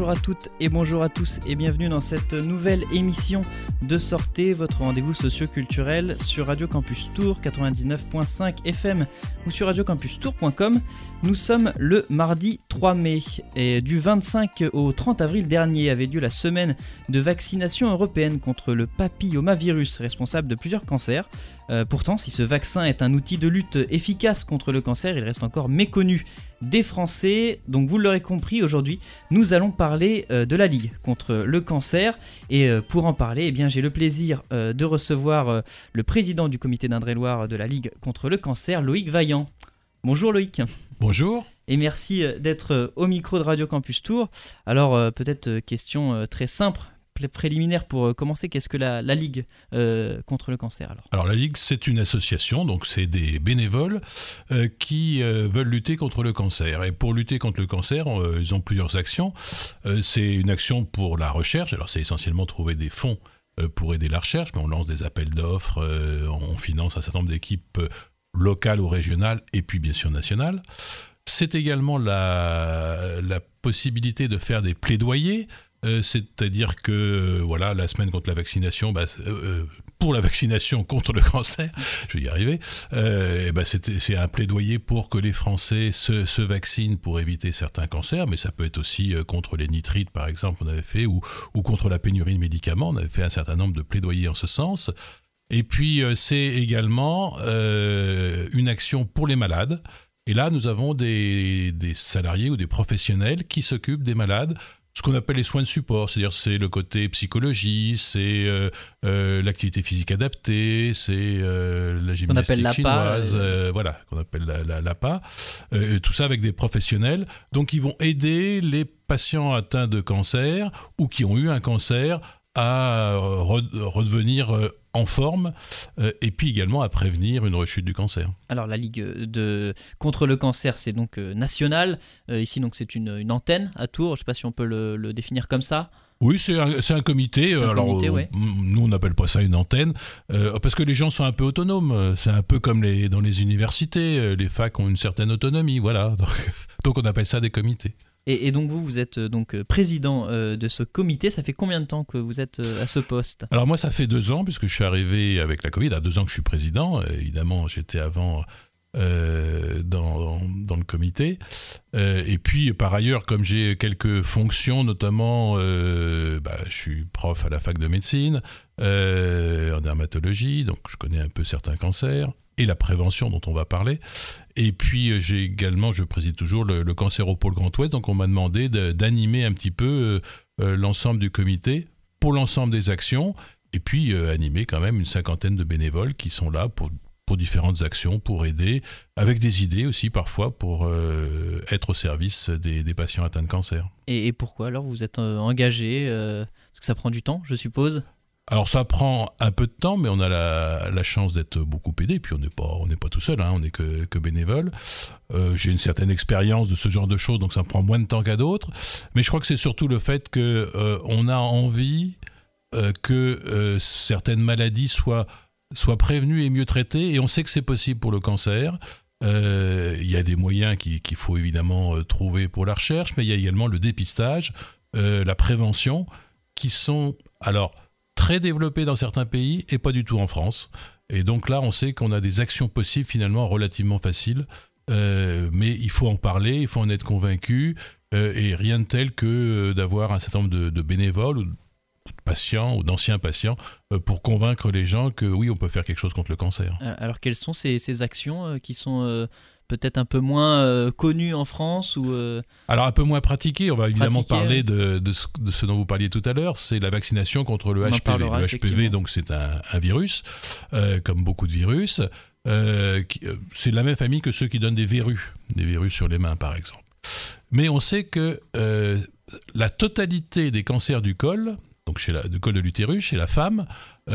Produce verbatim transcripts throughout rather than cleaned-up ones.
Bonjour à toutes et bonjour à tous et bienvenue dans cette nouvelle émission de Sortez, votre rendez-vous socio-culturel sur Radio Campus Tours quatre-vingt-dix-neuf virgule cinq F M ou sur radio campus tours point com. Nous sommes le mardi trois mai et du vingt-cinq au trente avril dernier avait lieu la semaine de vaccination européenne contre le papillomavirus responsable de plusieurs cancers. Euh, pourtant, si ce vaccin est un outil de lutte efficace contre le cancer, il reste encore méconnu des Français. Donc vous l'aurez compris, aujourd'hui, nous allons parler euh, de la Ligue contre le cancer. Et euh, pour en parler, eh bien, j'ai le plaisir euh, de recevoir euh, le président du comité d'Indre-et-Loire de la Ligue contre le cancer, Loïc Vaillant. Bonjour Loïc. Bonjour. Et merci d'être au micro de Radio Campus Tours. Alors euh, peut-être euh, question euh, très simple, préliminaire pour commencer, qu'est-ce que la, la Ligue euh, contre le cancer alors Alors la Ligue, c'est une association, donc c'est des bénévoles euh, qui euh, veulent lutter contre le cancer. Et pour lutter contre le cancer, euh, ils ont plusieurs actions. Euh, c'est une action pour la recherche, alors c'est essentiellement trouver des fonds euh, pour aider la recherche, mais on lance des appels d'offres, euh, on finance un certain nombre d'équipes euh, locales ou régionales, et puis bien sûr nationales. C'est également la, la possibilité de faire des plaidoyers. Euh, c'est-à-dire que euh, voilà, la semaine contre la vaccination, bah, euh, pour la vaccination contre le cancer, je vais y arriver, euh, et bah, c'est, c'est un plaidoyer pour que les Français se, se vaccinent pour éviter certains cancers, mais ça peut être aussi euh, contre les nitrites, par exemple, on avait fait, ou, ou contre la pénurie de médicaments, on avait fait un certain nombre de plaidoyers en ce sens. Et puis, euh, c'est également euh, une action pour les malades. Et là, nous avons des, des salariés ou des professionnels qui s'occupent des malades, ce qu'on appelle les soins de support, c'est-à-dire c'est le côté psychologie, c'est euh, euh, l'activité physique adaptée, c'est euh, la gymnastique chinoise, euh, voilà, qu'on appelle la, la, l'A P A, euh, tout ça avec des professionnels. Donc ils vont aider les patients atteints de cancer ou qui ont eu un cancer à re- redevenir euh, en forme euh, et puis également à prévenir une rechute du cancer. Alors la Ligue de... contre le cancer, c'est donc euh, national. Euh, ici, donc, c'est une, une antenne à Tours. Je ne sais pas si on peut le, le définir comme ça. Oui, c'est un, c'est un comité. C'est un Alors, comité, ouais. euh, nous, on n'appelle pas ça une antenne, euh, parce que les gens sont un peu autonomes. C'est un peu comme les, dans les universités. Les facs ont une certaine autonomie, voilà. Donc, donc on appelle ça des comités. Et, et donc vous, vous êtes donc président euh, de ce comité. Ça fait combien de temps que vous êtes euh, à ce poste ? Alors moi, ça fait deux ans, puisque je suis arrivé avec la Covid. Il y a deux ans que je suis président. Évidemment, j'étais avant euh, dans, dans le comité. Euh, et puis, par ailleurs, comme j'ai quelques fonctions, notamment, euh, bah, je suis prof à la fac de médecine, euh, en dermatologie, donc je connais un peu certains cancers. Et la prévention dont on va parler. Et puis j'ai également, je préside toujours le, le cancer au pôle Grand Ouest, donc on m'a demandé de, d'animer un petit peu euh, l'ensemble du comité pour l'ensemble des actions, et puis euh, animer quand même une cinquantaine de bénévoles qui sont là pour, pour différentes actions, pour aider, avec des idées aussi parfois pour euh, être au service des, des patients atteints de cancer. Et, et pourquoi alors vous êtes euh, engagé euh, Parce que ça prend du temps, je suppose. Alors ça prend un peu de temps, mais on a la, la chance d'être beaucoup aidé, puis on n'est pas, on n'est pas tout seul, hein, on n'est que, que bénévole. Euh, j'ai une certaine expérience de ce genre de choses, donc ça prend moins de temps qu'à d'autres. Mais je crois que c'est surtout le fait qu'on euh, a envie euh, que euh, certaines maladies soient, soient prévenues et mieux traitées, et on sait que c'est possible pour le cancer. Euh, il y a des moyens qui, qu'il faut évidemment euh, trouver pour la recherche, mais il y a également le dépistage, euh, la prévention, qui sont... alors très développé dans certains pays et pas du tout en France. Et donc là, on sait qu'on a des actions possibles finalement relativement faciles, euh, mais il faut en parler, il faut en être convaincu, euh, et rien de tel que euh, d'avoir un certain nombre de, de bénévoles ou de patients ou d'anciens patients euh, pour convaincre les gens que oui, on peut faire quelque chose contre le cancer. Alors quelles sont ces, ces actions euh, qui sont... Euh peut-être un peu moins euh, connu en France ou euh... Alors un peu moins pratiqué, on va évidemment pratiqué, parler ouais. de, de, ce, de ce dont vous parliez tout à l'heure, c'est la vaccination contre le on H P V. Le H P V, donc, c'est un, un virus, euh, comme beaucoup de virus. Euh, qui, euh, c'est la même famille que ceux qui donnent des verrues, des verrues sur les mains par exemple. Mais on sait que euh, la totalité des cancers du col, donc chez la, du col de l'utérus, chez la femme,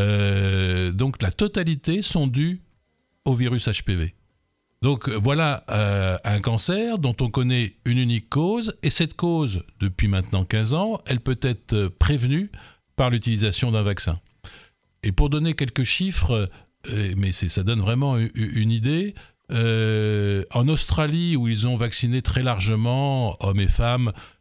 euh, donc la totalité sont dus au virus H P V. Donc voilà euh, un cancer dont on connaît une unique cause, et cette cause, depuis maintenant quinze ans, elle peut être prévenue par l'utilisation d'un vaccin. Et pour donner quelques chiffres, euh, mais c'est, ça donne vraiment une, une idée, euh, en Australie, où ils ont vacciné très largement, hommes et femmes,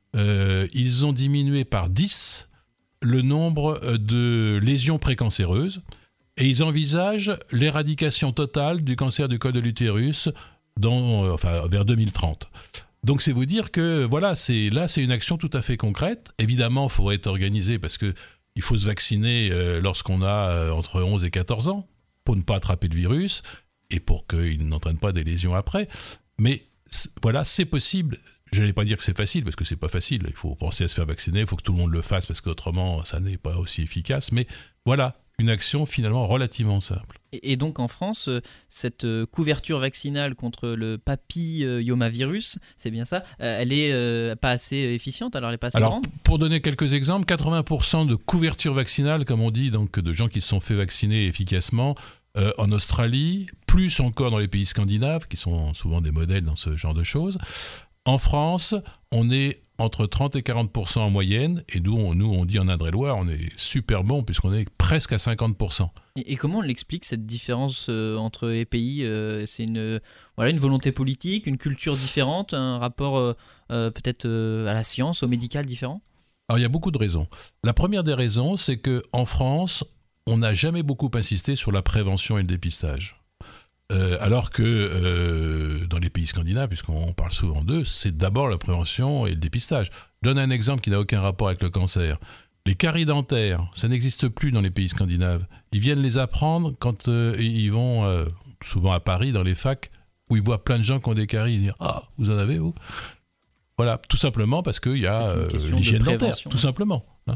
euh, ils ont diminué par dix le nombre de lésions précancéreuses et ils envisagent l'éradication totale du cancer du col de l'utérus dans, euh, enfin, vers deux mille trente. Donc c'est vous dire que voilà, c'est, là c'est une action tout à fait concrète. Évidemment, il faut être organisé parce qu'il faut se vacciner euh, lorsqu'on a euh, entre onze et quatorze ans pour ne pas attraper le virus et pour qu'il n'entraîne pas des lésions après. Mais c'est, voilà, c'est possible. Je n'allais pas dire que c'est facile parce que c'est pas facile. Il faut penser à se faire vacciner, il faut que tout le monde le fasse parce qu'autrement ça n'est pas aussi efficace. Mais voilà, une action finalement relativement simple. Et donc en France, cette couverture vaccinale contre le papillomavirus, c'est bien ça, elle est pas assez efficiente, alors elle n'est pas assez alors, grande ? Pour donner quelques exemples, quatre-vingts pour cent de couverture vaccinale, comme on dit, donc de gens qui se sont fait vacciner efficacement euh, en Australie, plus encore dans les pays scandinaves, qui sont souvent des modèles dans ce genre de choses. En France, on est entre trente et quarante pour cent en moyenne, et nous, on, nous, on dit en Indre-et-Loire, on est super bon puisqu'on est presque à cinquante pour cent. Et, et comment on l'explique, cette différence euh, entre les pays euh, C'est une, voilà, une volonté politique, une culture différente, un rapport euh, euh, peut-être euh, à la science, au médical différent ? Alors, il y a beaucoup de raisons. La première des raisons, c'est qu'en France, on n'a jamais beaucoup insisté sur la prévention et le dépistage. Euh, alors que euh, dans les pays scandinaves, puisqu'on parle souvent d'eux, c'est d'abord la prévention et le dépistage. Je donne un exemple qui n'a aucun rapport avec le cancer. Les caries dentaires, ça n'existe plus dans les pays scandinaves. Ils viennent les apprendre quand euh, ils vont, euh, souvent à Paris, dans les facs, où ils voient plein de gens qui ont des caries. Ils disent « Ah, vous en avez, vous ?» Voilà, tout simplement parce qu'il y a euh, l'hygiène dentaire, tout simplement. Hein.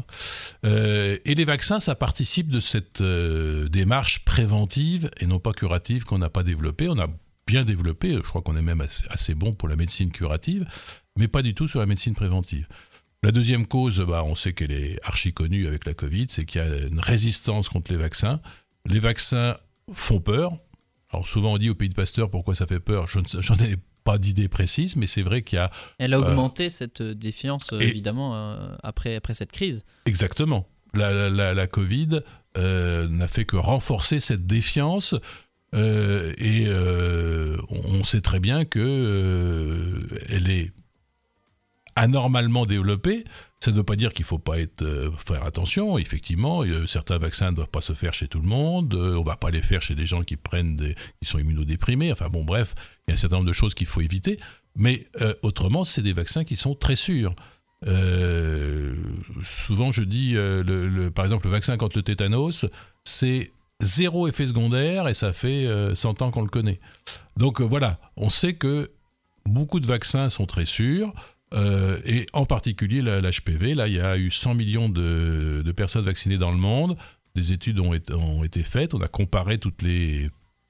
Euh, et les vaccins, ça participe de cette euh, démarche préventive et non pas curative qu'on n'a pas développée. On a bien développé, je crois qu'on est même assez, assez bon pour la médecine curative, mais pas du tout sur la médecine préventive. La deuxième cause, bah, on sait qu'elle est archi connue avec la Covid, c'est qu'il y a une résistance contre les vaccins. Les vaccins font peur. Alors souvent on dit au pays de Pasteur pourquoi ça fait peur, je ne, j'en ai pas d'idée précise, mais c'est vrai qu'il y a... Elle a augmenté euh, cette défiance, et, évidemment, euh, après, après cette crise. Exactement. La, la, la Covid euh, n'a fait que renforcer cette défiance euh, et euh, on sait très bien qu'elle euh, est anormalement développée. Ça ne veut pas dire qu'il ne faut pas être, euh, faire attention. Effectivement, euh, certains vaccins ne doivent pas se faire chez tout le monde. Euh, on ne va pas les faire chez des gens qui, prennent des, qui sont immunodéprimés. Enfin bon, bref, il y a un certain nombre de choses qu'il faut éviter. Mais euh, autrement, c'est des vaccins qui sont très sûrs. Euh, souvent, je dis, euh, le, le, par exemple, le vaccin contre le tétanos, c'est zéro effet secondaire et ça fait euh, cent ans qu'on le connaît. Donc euh, voilà, on sait que beaucoup de vaccins sont très sûrs. Euh, et en particulier l'H P V, là il y a eu cent millions de, de personnes vaccinées dans le monde, des études ont été, ont été faites, on a comparé tous les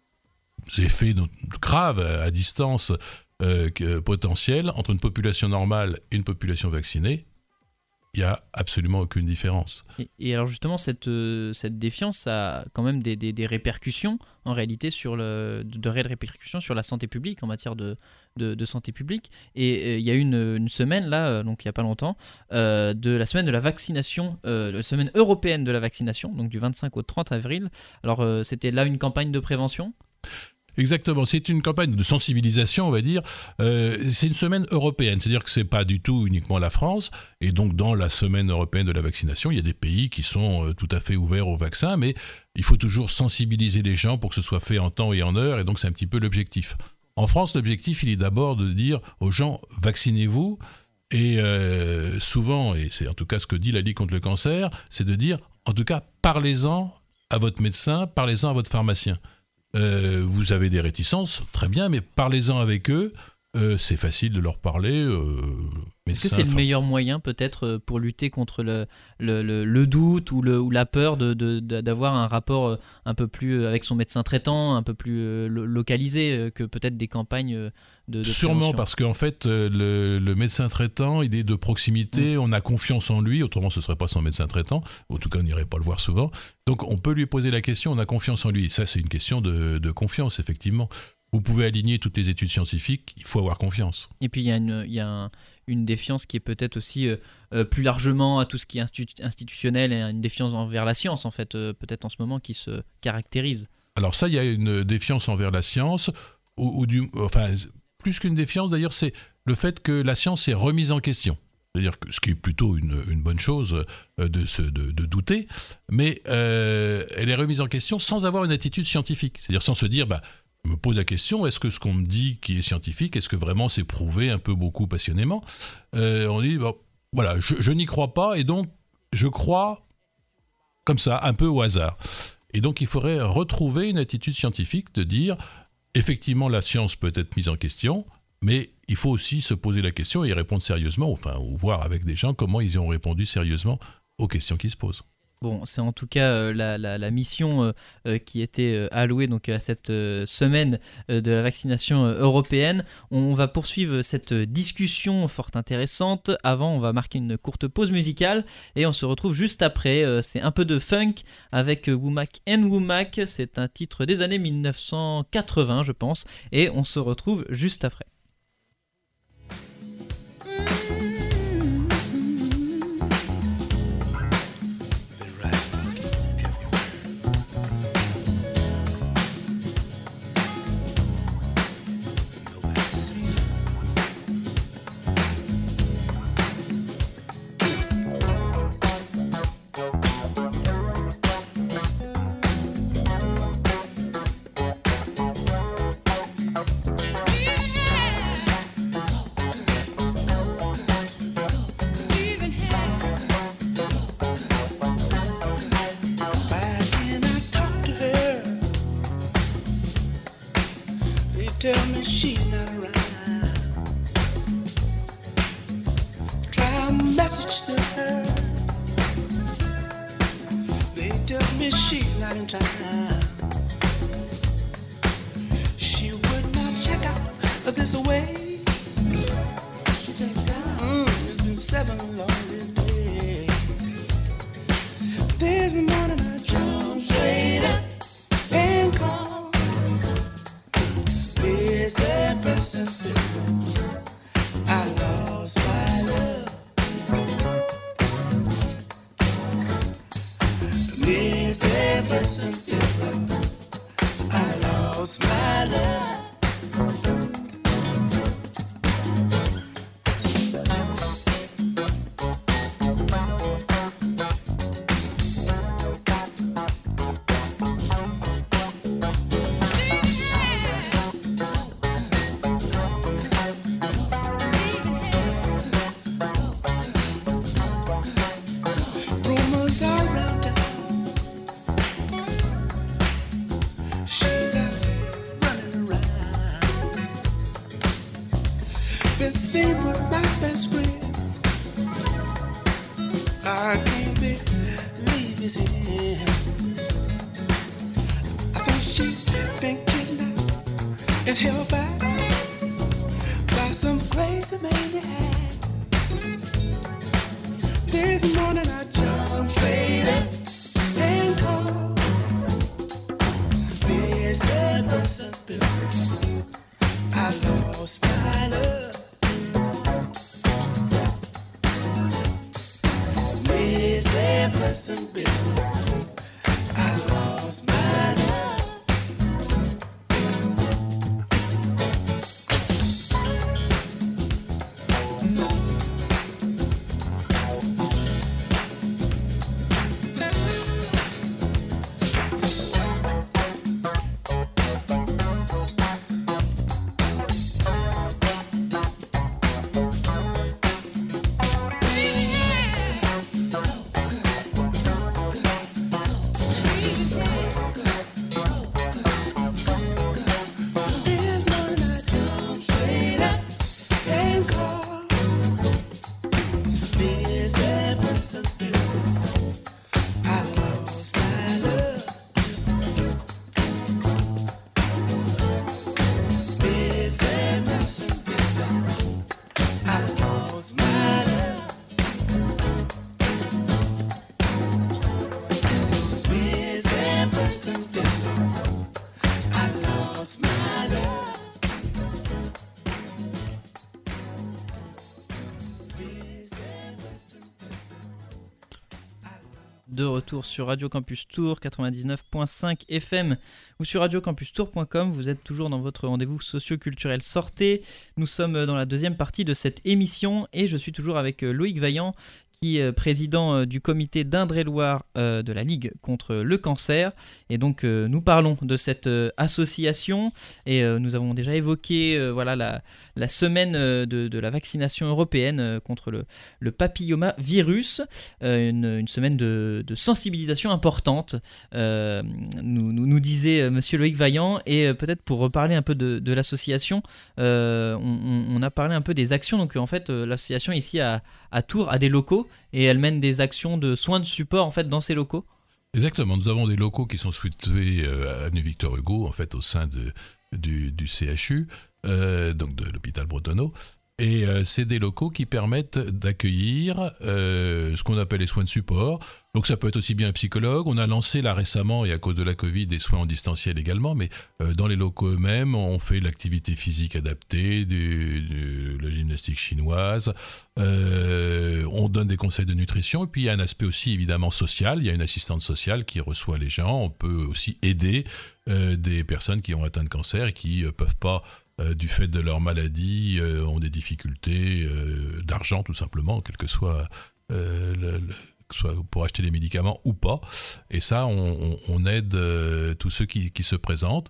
effets graves à distance euh, potentiels entre une population normale et une population vaccinée. Il n'y a absolument aucune différence. Et, et alors justement, cette, euh, cette défiance a quand même des, des, des répercussions, en réalité, sur le, de réelles répercussions sur la santé publique, en matière de, de, de santé publique. Et euh, il y a eu une, une semaine, là, donc il n'y a pas longtemps, euh, de la semaine de la vaccination, euh, la semaine européenne de la vaccination, donc du vingt-cinq au trente avril. Alors euh, c'était là une campagne de prévention ? Exactement, c'est une campagne de sensibilisation, on va dire. Euh, c'est une semaine européenne, c'est-à-dire que c'est pas du tout uniquement la France. Et donc, dans la semaine européenne de la vaccination, il y a des pays qui sont euh, tout à fait ouverts au vaccin, mais il faut toujours sensibiliser les gens pour que ce soit fait en temps et en heure. Et donc, c'est un petit peu l'objectif. En France, l'objectif, il est d'abord de dire aux gens, vaccinez-vous. Et euh, souvent, et c'est en tout cas ce que dit la Ligue contre le cancer, c'est de dire, en tout cas, parlez-en à votre médecin, parlez-en à votre pharmacien. Euh, vous avez des réticences, très bien, mais parlez-en avec eux, euh, c'est facile de leur parler. Euh, Est-ce que c'est le meilleur moyen peut-être pour lutter contre le, le, le, le doute ou, le, ou la peur de, de, d'avoir un rapport un peu plus avec son médecin traitant, un peu plus localisé que peut-être des campagnes de, de Sûrement, prévention. Parce qu'en fait, le, le médecin traitant, il est de proximité, mmh. on a confiance en lui, autrement ce ne serait pas son médecin traitant, en tout cas on n'irait pas le voir souvent. Donc on peut lui poser la question, on a confiance en lui. Et ça, c'est une question de, de confiance, effectivement. Vous pouvez aligner toutes les études scientifiques, il faut avoir confiance. Et puis il y a une, il y a un, une défiance qui est peut-être aussi euh, plus largement à tout ce qui est institu- institutionnel et une défiance envers la science, en fait, euh, peut-être en ce moment, qui se caractérise. Alors ça, il y a une défiance envers la science, ou, ou du, enfin, plus qu'une défiance d'ailleurs, c'est le fait que la science est remise en question. c'est-à-dire que, ce qui est plutôt une, une bonne chose euh, de, se, de, de douter, mais euh, elle est remise en question sans avoir une attitude scientifique, c'est-à-dire sans se dire, bah, je me pose la question, est-ce que ce qu'on me dit qui est scientifique, est-ce que vraiment c'est prouvé un peu beaucoup passionnément euh, On dit, bon, voilà, je, je n'y crois pas, et donc je crois comme ça, un peu au hasard. Et donc il faudrait retrouver une attitude scientifique de dire, effectivement la science peut être mise en question, mais il faut aussi se poser la question et y répondre sérieusement, enfin, ou voir avec des gens comment ils y ont répondu sérieusement aux questions qui se posent. Bon, c'est en tout cas euh, la, la, la mission euh, euh, qui était euh, allouée donc, à cette euh, semaine euh, de la vaccination euh, européenne. On va poursuivre cette discussion fort intéressante. Avant, on va marquer une courte pause musicale et on se retrouve juste après. Euh, c'est un peu de funk avec euh, Womack and Womack. C'est un titre des années dix-neuf cent quatre-vingts, je pense. Et on se retrouve juste après. Tell me she's not around. Try a message to her. They tell me she's not in town. She would not check out this way. She checked out. Mm, it's been seven long days. This morning I jumped straight up and called. Missing person's bill. I lost my love. Missing person's bill. I lost my love. De retour sur Radio Campus Tour quatre-vingt-dix-neuf virgule cinq F M ou sur radio campus tour point com. Vous êtes toujours dans votre rendez-vous socio-culturel Sortez. Nous sommes dans la deuxième partie de cette émission et je suis toujours avec Loïc Vaillant, qui est président du comité d'Indre-et-Loire euh, de la Ligue contre le cancer. Et donc euh, nous parlons de cette euh, association et euh, nous avons déjà évoqué euh, voilà, la, la semaine euh, de, de la vaccination européenne euh, contre le, le papillomavirus, euh, une, une semaine de, de sensibilisation importante, euh, nous, nous, nous disait euh, monsieur Loïc Vaillant. Et euh, peut-être pour reparler un peu de, de l'association, euh, on, on a parlé un peu des actions. Donc en fait euh, l'association ici à, à Tours a des locaux et elle mène des actions de soins de support en fait dans ces locaux. Exactement, nous avons des locaux qui sont situés à avenue Victor Hugo, en fait au sein de, du, du C H U, euh, donc de l'hôpital Bretonneau. Et euh, c'est des locaux qui permettent d'accueillir euh, ce qu'on appelle les soins de support. Donc ça peut être aussi bien un psychologue. On a lancé là récemment, et à cause de la Covid, des soins en distanciel également, mais euh, dans les locaux eux-mêmes, on fait de l'activité physique adaptée, du, du, de la gymnastique chinoise, euh, on donne des conseils de nutrition, et puis il y a un aspect aussi évidemment social. Il y a une assistante sociale qui reçoit les gens. On peut aussi aider euh, des personnes qui ont atteint de cancer et qui ne euh, peuvent pas Euh, du fait de leur maladie, euh, ont des difficultés euh, d'argent tout simplement, quel que soit, euh, le, le, que soit pour acheter les médicaments ou pas. Et ça, on, on aide euh, tous ceux qui, qui se présentent.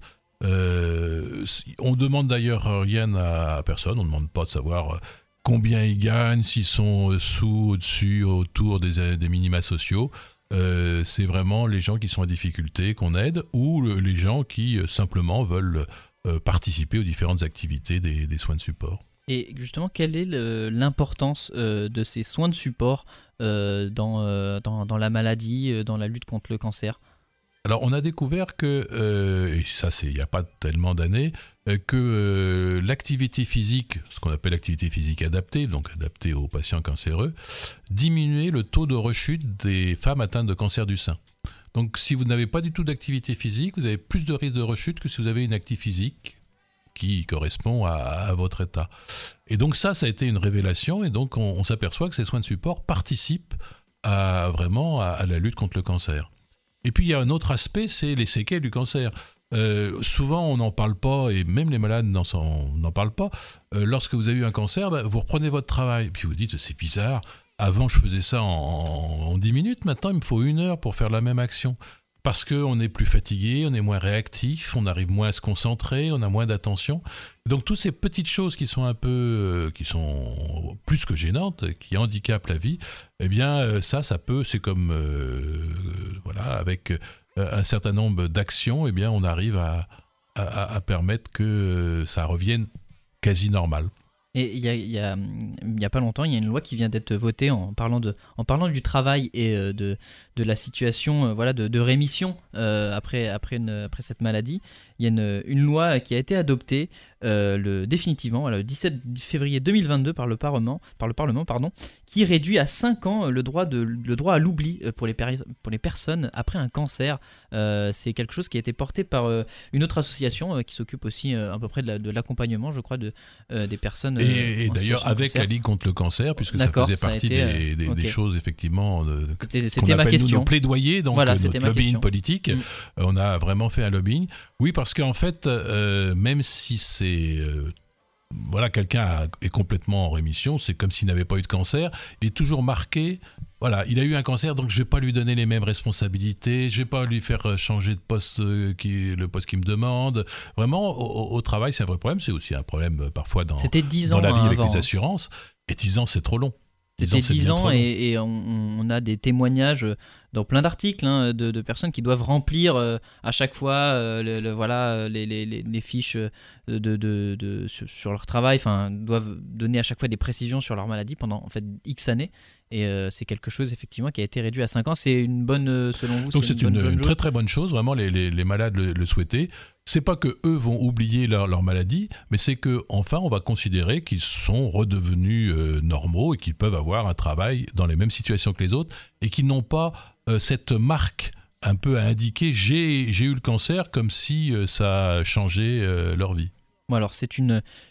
Euh, on demande d'ailleurs rien à, à personne, on ne demande pas de savoir combien ils gagnent, s'ils sont sous, au-dessus, autour des, des minima sociaux. Euh, c'est vraiment les gens qui sont en difficulté qu'on aide, ou le, les gens qui euh, simplement veulent Euh, participer aux différentes activités des, des soins de support. Et justement, quelle est le, l'importance euh, de ces soins de support euh, dans, euh, dans, dans la maladie, euh, dans la lutte contre le cancer ? Alors, on a découvert que, euh, et ça, c'est il n'y a pas tellement d'années, euh, que euh, l'activité physique, ce qu'on appelle l'activité physique adaptée, donc adaptée aux patients cancéreux, diminuait le taux de rechute des femmes atteintes de cancer du sein. Donc, si vous n'avez pas du tout d'activité physique, vous avez plus de risque de rechute que si vous avez une activité physique qui correspond à, à votre état. Et donc ça, ça a été une révélation, et donc on, on s'aperçoit que ces soins de support participent à, vraiment à, à la lutte contre le cancer. Et puis, il y a un autre aspect, c'est les séquelles du cancer. Euh, souvent, on n'en parle pas, et même les malades n'en, sont, n'en parlent pas. Euh, lorsque vous avez eu un cancer, bah, vous reprenez votre travail, puis vous dites, c'est bizarre. Avant, je faisais ça en, en dix minutes. Maintenant, il me faut une heure pour faire la même action. Parce qu'on est plus fatigué, on est moins réactif, on arrive moins à se concentrer, on a moins d'attention. Donc, toutes ces petites choses qui sont un peu, euh, qui sont plus que gênantes, qui handicapent la vie, eh bien, ça, ça peut, c'est comme, euh, voilà, avec un certain nombre d'actions, eh bien, on arrive à, à, à permettre que ça revienne quasi normal. Et il y a, y a, y a pas longtemps, il y a une loi qui vient d'être votée en parlant, de, en parlant du travail et de, de la situation euh, voilà, de, de rémission euh, après, après, une, après cette maladie. Il y a une, une loi qui a été adoptée euh, le, définitivement voilà, le dix-sept février deux mille vingt-deux par le Parlement, par le Parlement pardon, qui réduit à cinq ans le droit, de, le droit à l'oubli pour les, péri- pour les personnes après un cancer. Euh, c'est quelque chose qui a été porté par euh, une autre association euh, qui s'occupe aussi euh, à peu près de, la, de l'accompagnement, je crois, de, euh, des personnes. Euh, et, et d'ailleurs avec cancer. La Ligue contre le cancer, puisque D'accord, ça faisait partie ça été, des, des, euh, okay. des choses effectivement de, c'était, c'était qu'on appelle ma question. Nous, nos plaidoyers, donc voilà, notre lobbying question. politique. Mm. Euh, on a vraiment fait un lobbying. Oui, parce qu'en fait, euh, même si c'est euh, voilà, quelqu'un a, est complètement en rémission, c'est comme s'il n'avait pas eu de cancer, il est toujours marqué. Voilà, il a eu un cancer, donc je ne vais pas lui donner les mêmes responsabilités, je ne vais pas lui faire changer de poste, euh, qui, le poste qu'il me demande. Vraiment, au, au travail, c'est un vrai problème. C'est aussi un problème parfois dans, dans la vie hein, avec avant. les assurances. Et dix ans, c'est trop long. C'était dix ans et, et on, on a des témoignages dans plein d'articles hein, de, de personnes qui doivent remplir euh, à chaque fois euh, le, le, voilà, les, les, les fiches de, de, de, de, sur, sur leur travail, enfin, doivent donner à chaque fois des précisions sur leur maladie pendant en fait X années. Et euh, c'est quelque chose effectivement qui a été réduit à cinq ans. C'est une bonne, euh, selon vous, donc c'est, c'est une, une, bonne une très très bonne chose. Vraiment, les, les, les malades le, le souhaitaient. C'est pas que eux vont oublier leur, leur maladie, mais c'est que enfin on va considérer qu'ils sont redevenus euh, normaux et qu'ils peuvent avoir un travail dans les mêmes situations que les autres et qu'ils n'ont pas euh, cette marque un peu à indiquer j'ai j'ai eu le cancer comme si euh, ça a changé euh, leur vie. Bon alors c'est une,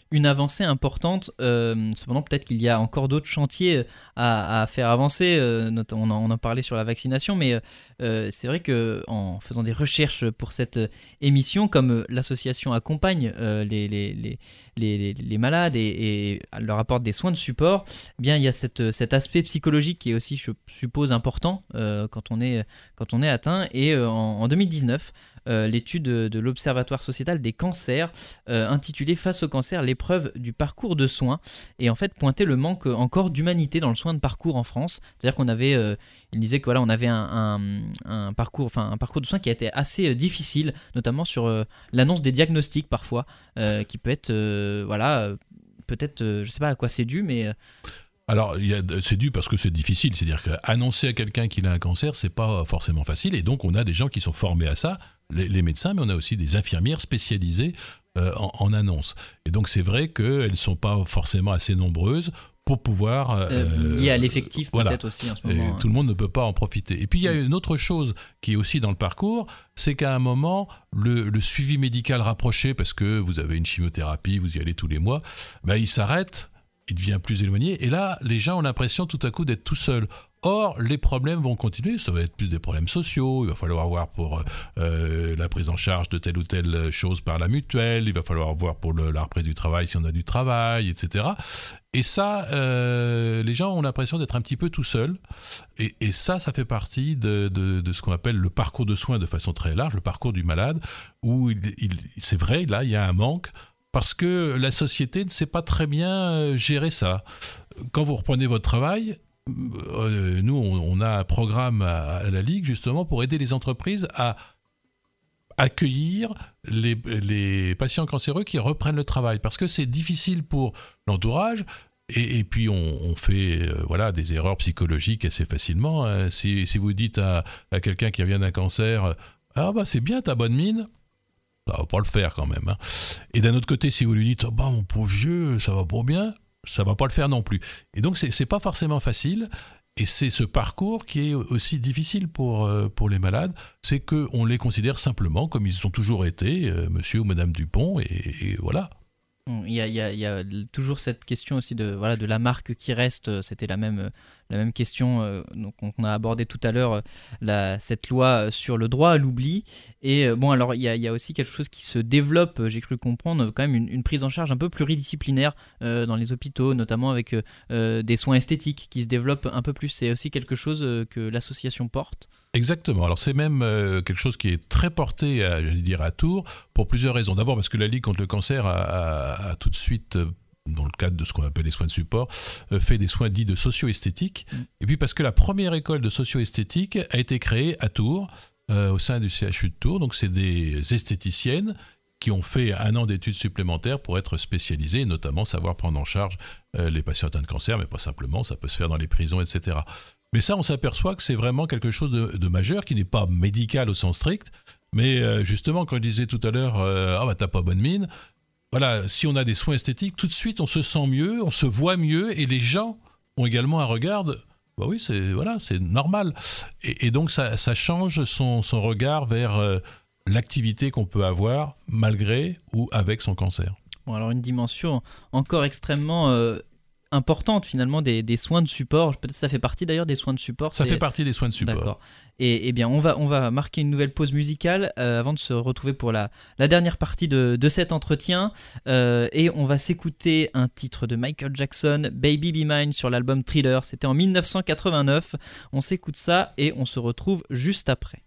une avancée importante. Euh, cependant, peut-être qu'il y a encore d'autres chantiers à, à faire avancer. Euh, on, en, on en parlait sur la vaccination, mais euh, c'est vrai qu'en faisant des recherches pour cette émission, comme l'association accompagne euh, les, les, les, les, les malades et, et leur apporte des soins de support, eh bien, il y a cette, cet aspect psychologique qui est aussi, je suppose, important euh, quand, on est, quand on est atteint. Et euh, en, en deux mille dix-neuf, Euh, l'étude de l'Observatoire sociétal des cancers euh, intitulée Face au cancer, l'épreuve du parcours de soins, et en fait pointait le manque encore d'humanité dans le soin de parcours en France. C'est-à-dire qu'on avait, euh, il disait que voilà, on avait un, un, un parcours, enfin un parcours de soins qui a été assez euh, difficile, notamment sur euh, l'annonce des diagnostics parfois, euh, qui peut être, euh, voilà, euh, peut-être, euh, je sais pas à quoi c'est dû, mais euh, Alors, il y a, c'est dû parce que c'est difficile. C'est-à-dire qu'annoncer à quelqu'un qu'il a un cancer, c'est pas forcément facile. Et donc, on a des gens qui sont formés à ça, les, les médecins, mais on a aussi des infirmières spécialisées euh, en, en annonce. Et donc, c'est vrai qu'elles ne sont pas forcément assez nombreuses pour pouvoir... Euh, euh, lié à l'effectif voilà. peut-être aussi en ce moment. Et hein. Tout le monde ne peut pas en profiter. Et puis, il y a une autre chose qui est aussi dans le parcours, c'est qu'à un moment, le, le suivi médical rapproché, parce que vous avez une chimiothérapie, vous y allez tous les mois, ben, il s'arrête. Il devient plus éloigné, et là, les gens ont l'impression tout à coup d'être tout seuls. Or, les problèmes vont continuer, ça va être plus des problèmes sociaux, il va falloir voir pour euh, la prise en charge de telle ou telle chose par la mutuelle, il va falloir voir pour le, la reprise du travail si on a du travail, et cetera. Et ça, euh, les gens ont l'impression d'être un petit peu tout seuls, et, et ça, ça fait partie de, de, de ce qu'on appelle le parcours de soins de façon très large, le parcours du malade, où il, il, c'est vrai, là, il y a un manque, parce que la société ne sait pas très bien gérer ça. Quand vous reprenez votre travail, euh, nous, on, on a un programme à, à la Ligue, justement, pour aider les entreprises à accueillir les, les patients cancéreux qui reprennent le travail. Parce que c'est difficile pour l'entourage, et, et puis on, on fait euh, voilà, des erreurs psychologiques assez facilement. Hein. Si, si vous dites à, à quelqu'un qui revient d'un cancer, « Ah bah c'est bien ta bonne mine », ça va pas le faire quand même. Hein. Et d'un autre côté, si vous lui dites oh bah, « mon pauvre vieux, ça va pas bien », ça va pas le faire non plus. Et donc, c'est, c'est pas forcément facile. Et c'est ce parcours qui est aussi difficile pour, euh, pour les malades. C'est qu'on les considère simplement comme ils ont toujours été, euh, monsieur ou madame Dupont, et, et voilà. Il y, a, il, y a, il y a toujours cette question aussi de, voilà, de la marque qui reste. C'était la même, la même question euh, donc on a abordé tout à l'heure, la, cette loi sur le droit à l'oubli. Et bon, alors il y, a, il y a aussi quelque chose qui se développe, j'ai cru comprendre, quand même une, une prise en charge un peu pluridisciplinaire euh, dans les hôpitaux, notamment avec euh, des soins esthétiques qui se développent un peu plus. C'est aussi quelque chose euh, que l'association porte. Exactement. Alors c'est même euh, quelque chose qui est très porté, à, je vais dire, à Tours, pour plusieurs raisons. D'abord parce que la Ligue contre le cancer a, a, a tout de suite, euh, dans le cadre de ce qu'on appelle les soins de support, euh, fait des soins dits de socio-esthétique. Mmh. Et puis parce que la première école de socio-esthétique a été créée à Tours, euh, au sein du C H U de Tours. Donc c'est des esthéticiennes qui ont fait un an d'études supplémentaires pour être spécialisées, et notamment savoir prendre en charge euh, les patients atteints de cancer, mais pas simplement, ça peut se faire dans les prisons, et cetera. Mais ça, on s'aperçoit que c'est vraiment quelque chose de, de majeur, qui n'est pas médical au sens strict, mais euh, justement, quand je disais tout à l'heure, euh, ah bah t'as pas bonne mine, voilà, si on a des soins esthétiques, tout de suite on se sent mieux, on se voit mieux, et les gens ont également un regard de, bah oui, c'est, voilà, c'est normal. Et, et donc ça, ça change son, son regard vers euh, l'activité qu'on peut avoir malgré ou avec son cancer. Bon, alors une dimension encore extrêmement... Euh... importante finalement des, des soins de support. Peut-être ça fait partie d'ailleurs des soins de support. Ça c'est... fait partie des soins de support. D'accord. Et, et bien on va, on va marquer une nouvelle pause musicale euh, avant de se retrouver pour la, la dernière partie de, de cet entretien. Euh, et on va s'écouter un titre de Michael Jackson, Baby Be Mine, sur l'album Thriller. C'était en dix-neuf cent quatre-vingt-neuf. On s'écoute ça et on se retrouve juste après.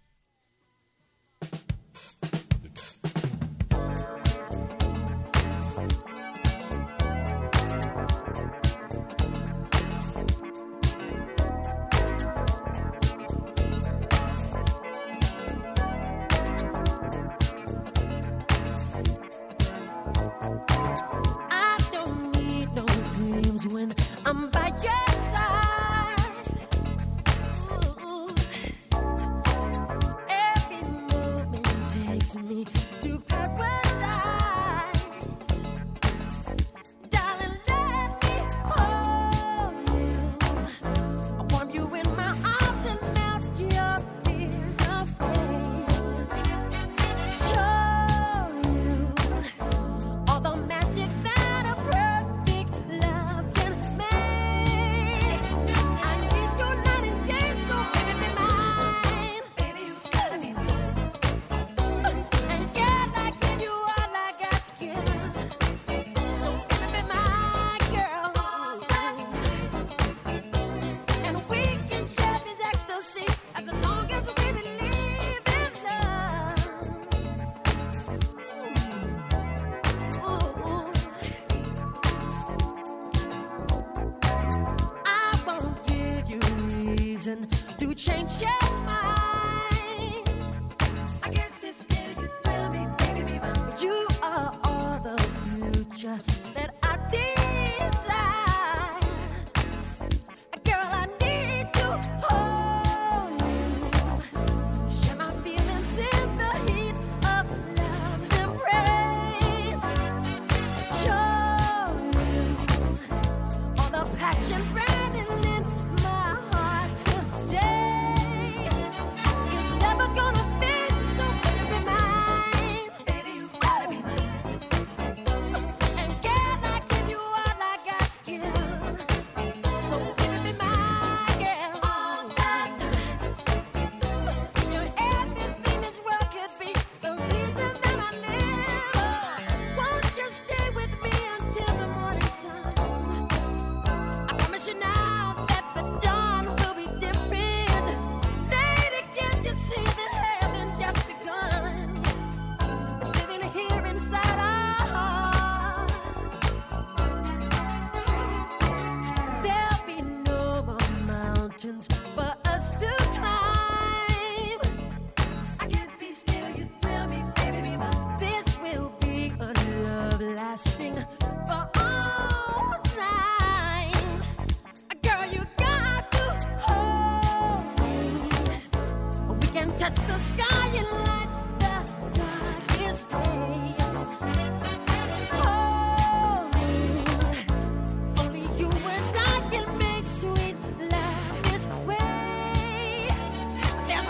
When I'm by your side, ooh,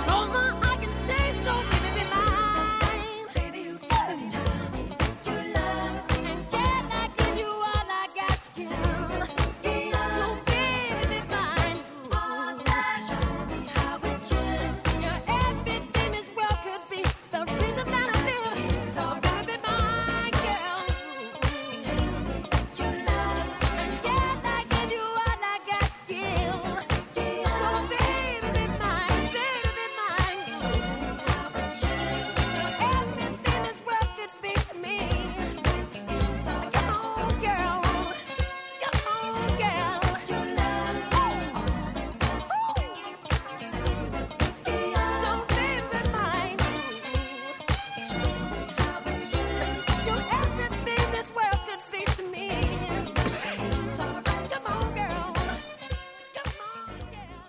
No more I can say, so baby, be mine. Baby, you gotta tell me that you love. And can I give you all I got to give? So baby, be mine. All that, show me how it should. Your everything this world could be the reason that I live. So baby, be mine, girl. Tell me that you love. And can I give you all I got to give? So baby, be mine, baby, be mine. How it should. Everything this world could be to me. So come on, girl. Come on, girl. You love. So baby, be mine. How it should. You're everything this world could be to me. So come on, girl. Come on, girl.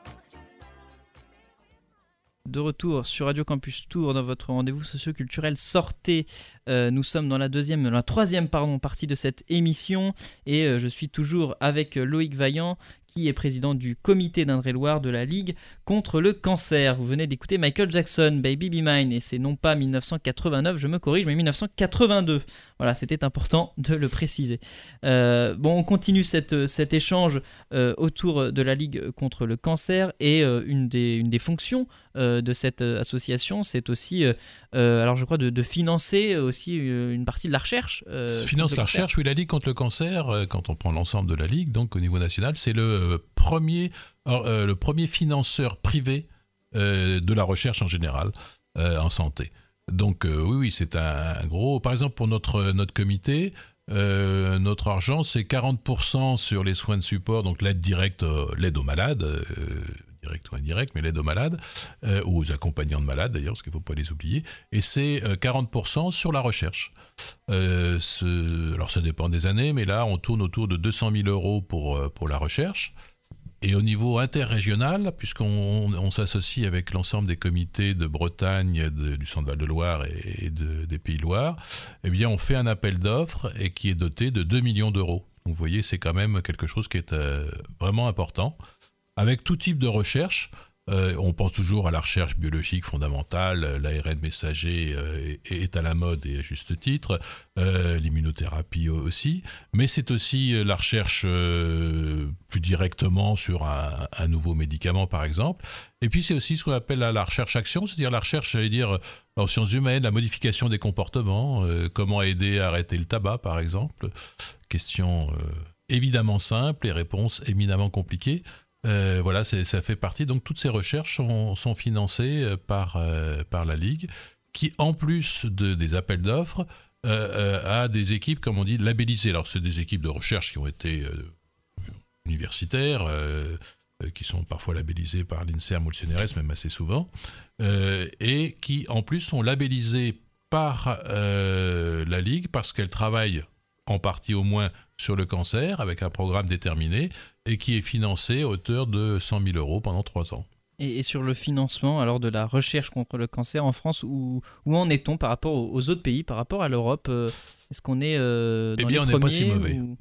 De retour sur Radio Campus Tour dans votre rendez-vous socio-culturel Sortez. Euh, nous sommes dans la deuxième, la troisième pardon, partie de cette émission et euh, je suis toujours avec euh, Loïc Vaillant qui est président du comité d'Indre-et-Loire de la Ligue contre le cancer. Vous venez d'écouter Michael Jackson, Baby Be Mine, et c'est non pas dix-neuf cent quatre-vingt-neuf, je me corrige, mais dix-neuf cent quatre-vingt-deux. Voilà, c'était important de le préciser. Euh, bon, on continue cette, cet échange euh, autour de la Ligue contre le cancer et euh, une, des, une des fonctions euh, de cette association, c'est aussi, euh, euh, alors je crois, de, de financer aussi une partie de la recherche. Euh, Finance la recherche, oui, la Ligue contre le cancer, euh, quand on prend l'ensemble de la Ligue, donc au niveau national, c'est le euh, premier, euh, le premier financeur privé euh, de la recherche en général euh, en santé. Donc euh, oui, oui, c'est un, un gros... Par exemple, pour notre, notre comité, euh, notre argent, c'est quarante pour cent sur les soins de support, donc l'aide directe, euh, l'aide aux malades, euh, direct ou indirect, mais l'aide aux malades, euh, ou aux accompagnants de malades d'ailleurs, parce qu'il ne faut pas les oublier, et c'est euh, quarante pour cent sur la recherche. Euh, ce, alors ça dépend des années, mais là on tourne autour de deux cent mille euros pour, euh, pour la recherche. Et au niveau interrégional, puisqu'on on, on s'associe avec l'ensemble des comités de Bretagne, de, du Centre Val-de-Loire et, et de, des Pays de Loire, eh bien on fait un appel d'offres et qui est doté de deux millions d'euros. Donc vous voyez, c'est quand même quelque chose qui est euh, vraiment important. Avec tout type de recherche, euh, on pense toujours à la recherche biologique fondamentale, l'A R N messager euh, est, est à la mode et à juste titre, euh, l'immunothérapie aussi, mais c'est aussi la recherche euh, plus directement sur un, un nouveau médicament par exemple, et puis c'est aussi ce qu'on appelle la, la recherche-action, c'est-à-dire la recherche, j'allais dire, en sciences humaines, la modification des comportements, euh, comment aider à arrêter le tabac par exemple, question euh, évidemment simple et réponse éminemment compliquée. Euh, voilà, c'est, ça fait partie. Donc toutes ces recherches sont, sont financées par, euh, par la Ligue, qui en plus de, des appels d'offres, euh, euh, a des équipes, comme on dit, labellisées. Alors c'est des équipes de recherche qui ont été euh, universitaires, euh, euh, qui sont parfois labellisées par l'INSERM ou le C N R S, même assez souvent, euh, et qui en plus sont labellisées par euh, la Ligue parce qu'elles travaillent en partie au moins sur le cancer, avec un programme déterminé, et qui est financé à hauteur de cent mille euros pendant trois ans. Et, et sur le financement alors de la recherche contre le cancer en France, où, où en est-on par rapport aux, aux autres pays, par rapport à l'Europe euh, Est-ce qu'on est euh, dans eh bien, les on premiers n'est pas si mauvais. ou...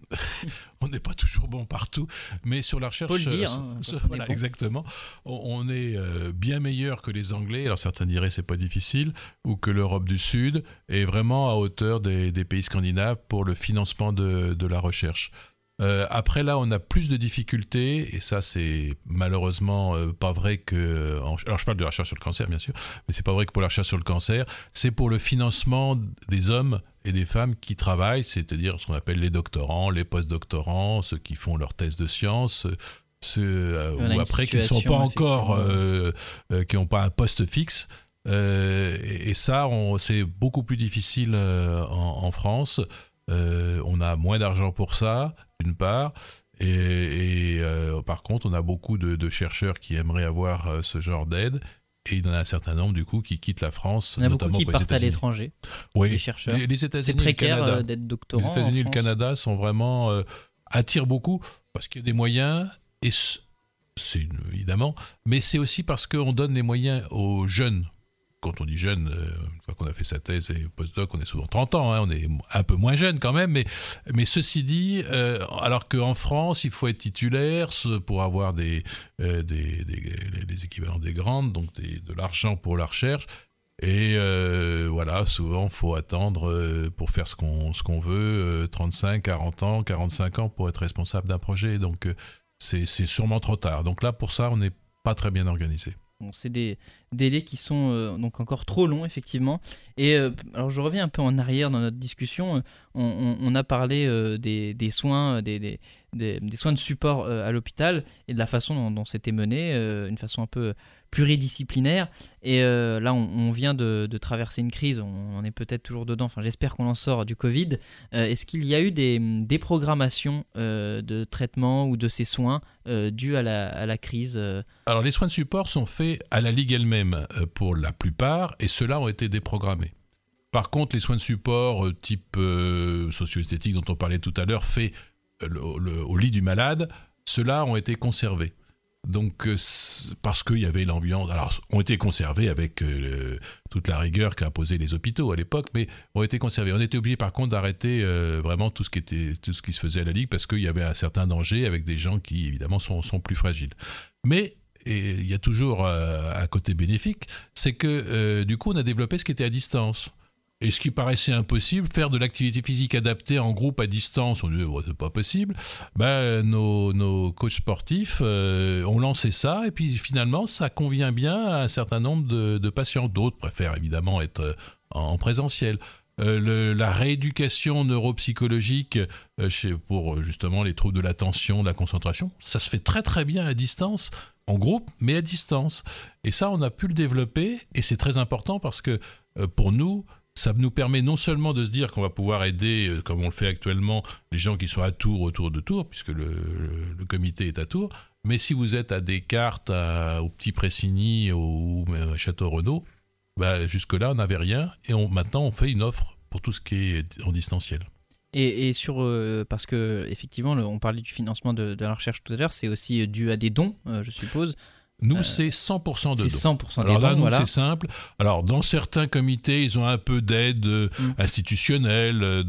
On n'est pas toujours bon partout, mais sur la recherche... Faut le dire. Euh, Hein, ce, quand on voilà, est bon. exactement. On, on est euh, bien meilleur que les Anglais, alors certains diraient c'est pas difficile, ou que l'Europe du Sud, est vraiment à hauteur des, des pays scandinaves pour le financement de, de la recherche. Euh, après là, on a plus de difficultés, et ça c'est malheureusement euh, pas vrai que... En, alors je parle de la recherche sur le cancer bien sûr, mais c'est pas vrai que pour la recherche sur le cancer, c'est pour le financement des hommes et des femmes qui travaillent, c'est-à-dire ce qu'on appelle les doctorants, les post-doctorants, ceux qui font leur thèse de sciences, ceux euh, ou après qui ne sont pas encore, euh, euh, qui n'ont pas un poste fixe. Euh, et, et ça, on, c'est beaucoup plus difficile euh, en, en France. Euh, on a moins d'argent pour ça, d'une part, et, et euh, par contre, on a beaucoup de, de chercheurs qui aimeraient avoir euh, ce genre d'aide, et il y en a un certain nombre, du coup, qui quittent la France, Il y en a notamment beaucoup qui pour les partent à États-Unis. l'étranger, Oui, les chercheurs. les, les C'est États-Unis et le précaire Canada. euh, d'être doctorant Les États-Unis et en le France. Canada sont vraiment euh, attirent beaucoup parce qu'il y a des moyens, et c'est une, évidemment, mais c'est aussi parce qu'on donne les moyens aux jeunes quand on dit jeune, euh, une fois qu'on a fait sa thèse et postdoc, on est souvent trente ans, hein, on est un peu moins jeune quand même, mais, mais ceci dit, euh, alors qu'en France, il faut être titulaire pour avoir des, euh, des, des, les équivalents des grandes, donc des, de l'argent pour la recherche, et euh, voilà, souvent, il faut attendre euh, pour faire ce qu'on, ce qu'on veut, euh, trente-cinq, quarante ans, quarante-cinq ans pour être responsable d'un projet, donc euh, c'est, c'est sûrement trop tard. Donc là, pour ça, on n'est pas très bien organisé. Bon, c'est des délais qui sont euh, donc encore trop longs, effectivement. Et euh, alors, je reviens un peu en arrière dans notre discussion. On, on, on a parlé euh, des, des soins, des, des, des, des soins de support euh, à l'hôpital et de la façon dont, dont c'était mené, euh, une façon un peu pluridisciplinaire. Et euh, là, on, on vient de, de traverser une crise. On en est peut-être toujours dedans. Enfin, j'espère qu'on en sort du Covid. Euh, est-ce qu'il y a eu des déprogrammations euh, de traitement ou de ces soins euh, dus à la, à la crise euh... Alors, les soins de support sont faits à la Ligue elle-même euh, pour la plupart, et ceux-là ont été déprogrammés. Par contre, les soins de support euh, type euh, socio-esthétique dont on parlait tout à l'heure, faits euh, le, le, au lit du malade, ceux-là ont été conservés. Donc, euh, parce qu'il y avait l'ambiance, alors ont été conservés avec euh, toute la rigueur qu'a imposé les hôpitaux à l'époque, mais ont été conservés. On était obligé par contre d'arrêter euh, vraiment tout ce qui était, tout ce qui se faisait à la Ligue parce qu'il y avait un certain danger avec des gens qui évidemment sont, sont plus fragiles. Mais et il y a toujours euh, un côté bénéfique, c'est que euh, du coup on a développé ce qui était à distance. Et ce qui paraissait impossible, faire de l'activité physique adaptée en groupe à distance, on disait oh, c'est pas possible. Ben, nos, nos coachs sportifs euh, ont lancé ça et puis finalement ça convient bien à un certain nombre de, de patients. D'autres préfèrent évidemment être en présentiel. Euh, le, la rééducation neuropsychologique euh, chez, pour justement les troubles de l'attention, de la concentration, ça se fait très très bien à distance, en groupe, mais à distance. Et ça, on a pu le développer et c'est très important parce que euh, pour nous, ça nous permet non seulement de se dire qu'on va pouvoir aider, comme on le fait actuellement, les gens qui sont à Tours, autour de Tours, puisque le, le, le comité est à Tours, mais si vous êtes à Descartes, à, au Petit Pressigny ou à Château-Renaud, bah, jusque-là, on n'avait rien, et on, maintenant, on fait une offre pour tout ce qui est en distanciel. Et, et sur, euh, parce que effectivement, le, on parlait du financement de, de la recherche tout à l'heure, c'est aussi dû à des dons, euh, je suppose. Nous, euh, c'est cent pour cent de dons. C'est cent pour cent Alors des là, dons, nous, voilà. c'est simple. Alors, dans certains comités, ils ont un peu d'aide euh, mm. institutionnelle de,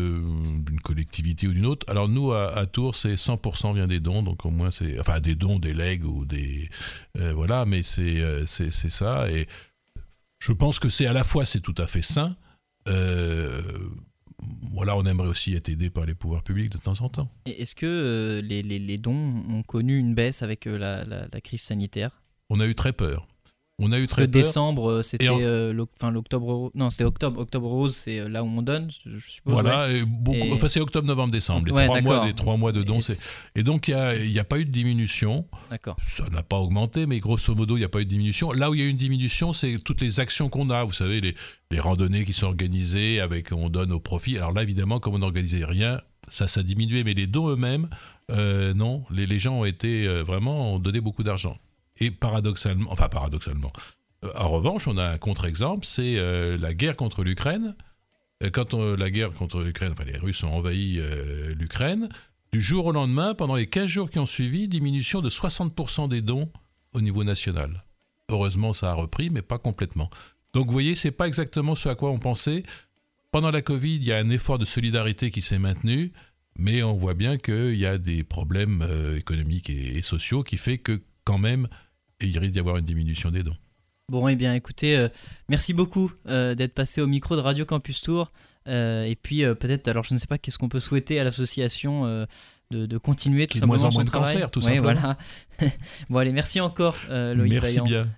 d'une collectivité ou d'une autre. Alors, nous, à, à Tours, c'est cent pour cent vient des dons. Donc, au moins, c'est... Enfin, des dons, des legs ou des... Euh, voilà, mais c'est, euh, c'est, c'est ça. Et je pense que c'est à la fois, c'est tout à fait sain. Euh, voilà, on aimerait aussi être aidé par les pouvoirs publics de temps en temps. Et est-ce que euh, les, les, les dons ont connu une baisse avec euh, la, la, la crise sanitaire ? On a eu très peur. On a eu Parce très que peur. décembre, c'était en... euh, l'oc- enfin, l'octobre... Non, c'était octobre. Octobre rose, c'est là où on donne, je suppose. Voilà, ouais. et beaucoup... et... enfin c'est octobre, novembre, décembre. Les, ouais, trois, d'accord. mois, les trois mois de dons. Et, c'est... et donc, il n'y a, a pas eu de diminution. D'accord. Ça n'a pas augmenté, mais grosso modo, il n'y a pas eu de diminution. Là où il y a eu une diminution, c'est toutes les actions qu'on a. Vous savez, les, les randonnées qui sont organisées, avec on donne au profit. Alors là, évidemment, comme on n'organisait rien, ça, ça a diminué. Mais les dons eux-mêmes, euh, non. Les, les gens ont été euh, vraiment, ont donné beaucoup d'argent. Et paradoxalement, enfin paradoxalement, en revanche, on a un contre-exemple, c'est euh, la guerre contre l'Ukraine. Quand on, la guerre contre l'Ukraine, enfin, les Russes ont envahi euh, l'Ukraine, du jour au lendemain, pendant les quinze jours qui ont suivi, diminution de soixante pour cent des dons au niveau national. Heureusement, ça a repris, mais pas complètement. Donc, vous voyez, c'est pas exactement ce à quoi on pensait. Pendant la Covid, il y a un effort de solidarité qui s'est maintenu, mais on voit bien qu'il y a des problèmes euh, économiques et, et sociaux qui fait que, quand même, il risque d'y avoir une diminution des dons. Bon, eh bien, écoutez, euh, merci beaucoup euh, d'être passé au micro de Radio Campus Tours. Euh, et puis, euh, peut-être, alors je ne sais pas qu'est-ce qu'on peut souhaiter à l'association euh, de, de continuer tout Qu'il y ait de simplement moins en moins son de travail. cancers, tout ouais, simplement. Voilà. Bon, allez, merci encore, euh, Loïc Merci Vaillant, bien.